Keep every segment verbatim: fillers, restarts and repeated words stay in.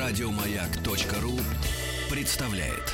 Радиомаяк.ру представляет.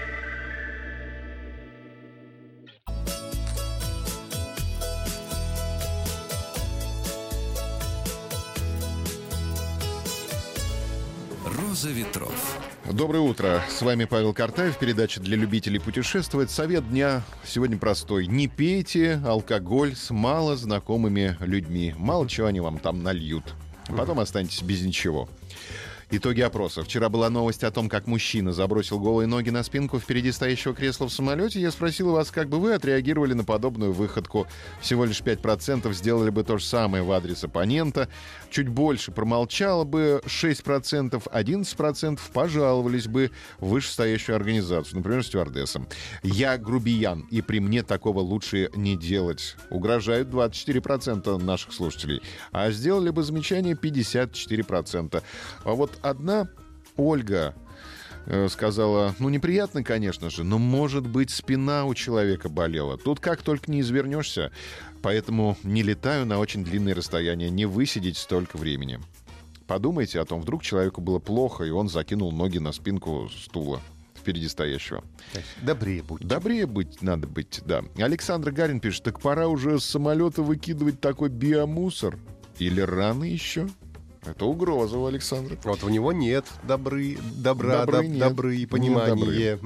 «Роза ветров». Доброе утро. С вами Павел Картаев. Передача для любителей путешествовать. Совет дня сегодня простой. Не пейте алкоголь с мало знакомыми людьми. Мало чего они вам там нальют. Потом останетесь без ничего. Итоги опроса. Вчера была новость о том, как мужчина забросил голые ноги на спинку впереди стоящего кресла в самолете. Я спросил вас, как бы вы отреагировали на подобную выходку. Всего лишь пять процентов сделали бы то же самое в адрес оппонента. Чуть больше промолчало бы шесть процентов. одиннадцать процентов пожаловались бы в вышестоящую организацию, например, стюардессам. Я грубиян, и при мне такого лучше не делать. Угрожают двадцать четыре процента наших слушателей. А сделали бы замечание пятьдесят четыре процента. А вот одна Ольга э, сказала, ну, неприятно, конечно же, но, может быть, спина у человека болела. Тут как только не извернешься, поэтому не летаю на очень длинные расстояния, не высидеть столько времени. Подумайте о том, вдруг человеку было плохо, и он закинул ноги на спинку стула впереди стоящего. Добрее будьте. Добрее быть надо быть, да. Александр Гарин пишет, так пора уже с самолета выкидывать такой биомусор. Или рано еще? Это угроза у Александра. Вот у него нет добры, добра, добры, доб, нет. добры и понимания.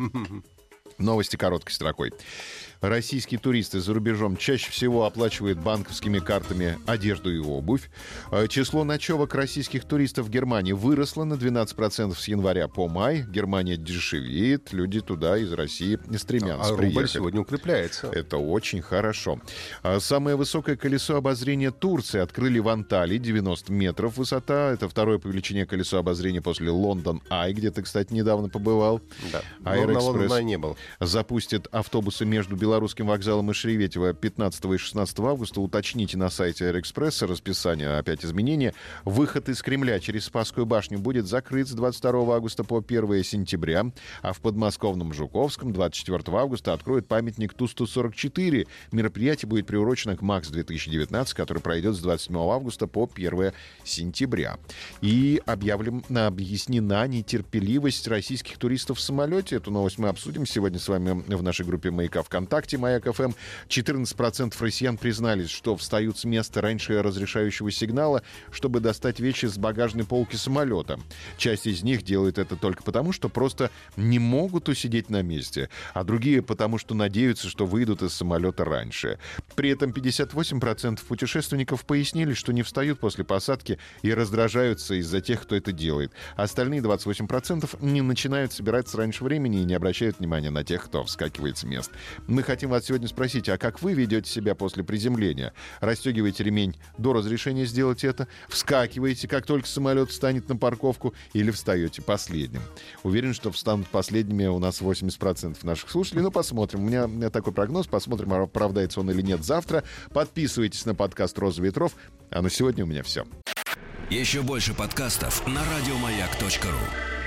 Новости короткой строкой. Российские туристы за рубежом чаще всего оплачивают банковскими картами одежду и обувь. Число ночевок российских туристов в Германии выросло на двенадцать процентов с января по май. Германия дешевеет, люди туда из России стремятся а приехать. рубль сегодня укрепляется. Это очень хорошо. Самое высокое колесо обозрения Турции открыли в Анталии, девяносто метров высота. Это второе по величине колесо обозрения после Лондон-Ай, где ты, кстати, недавно побывал. Да, Аэроэкспресс не был. Запустит автобусы между Белорусским вокзалом и Шереметьево пятнадцатого и шестнадцатого августа. Уточните на сайте Аэроэкспресса расписание, опять изменения. Выход из Кремля через Спасскую башню будет закрыт с двадцать второго августа по первого сентября, а в подмосковном Жуковском двадцать четвёртого августа откроют памятник Ту сто сорок четыре. Мероприятие будет приурочено к МАКС две тысячи девятнадцать, который пройдет с двадцать седьмого августа по первого сентября. И объявлена, объяснена нетерпеливость российских туристов в самолете. Эту новость мы обсудим сегодня с вами в нашей группе «Маяка ВКонтакте». Маяк эф эм. четырнадцать процентов россиян признались, что встают с места раньше разрешающего сигнала, чтобы достать вещи с багажной полки самолета. Часть из них делает это только потому, что просто не могут усидеть на месте, а другие потому, что надеются, что выйдут из самолета раньше. При этом пятьдесят восемь процентов путешественников пояснили, что не встают после посадки и раздражаются из-за тех, кто это делает. Остальные двадцать восемь процентов не начинают собираться раньше времени и не обращают внимания на тех, кто вскакивает с мест. Мы хотим вас сегодня спросить, а как вы ведете себя после приземления? Расстегиваете ремень до разрешения сделать это? Вскакиваете, как только самолет встанет на парковку? Или встаете последним? Уверен, что встанут последними у нас восемьдесят процентов наших слушателей. Ну, посмотрим. У меня, у меня такой прогноз. Посмотрим, оправдается он или нет завтра. Подписывайтесь на подкаст «Роза ветров». А на сегодня у меня все. Еще больше подкастов на радиомаяк точка ру.